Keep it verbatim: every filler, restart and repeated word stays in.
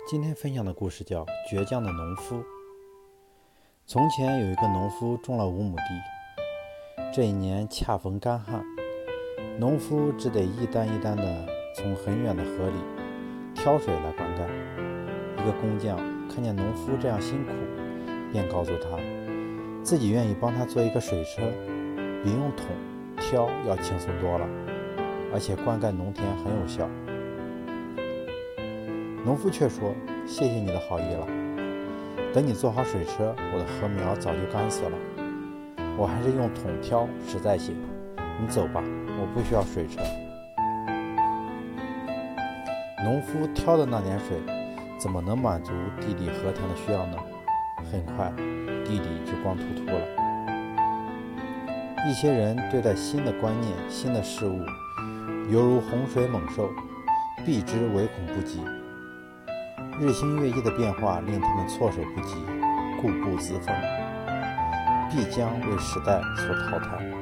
今天分享的故事叫《倔强的农夫》。从前有一个农夫种了五亩地，这一年恰逢干旱，农夫只得一担一担地从很远的河里挑水来灌溉。一个工匠看见农夫这样辛苦，便告诉他，自己愿意帮他做一个水车，比用桶挑要轻松多了，而且灌溉农田很有效。农夫却说，谢谢你的好意了，等你做好水车，我的禾苗早就干死了，我还是用桶挑实在些，你走吧，我不需要水车。农夫挑的那点水怎么能满足地里禾田的需要呢？很快地里就光秃秃了。一些人对待新的观念、新的事物，犹如洪水猛兽，避之唯恐不及。日新月异的变化令他们措手不及，固步自封，必将为时代所淘汰。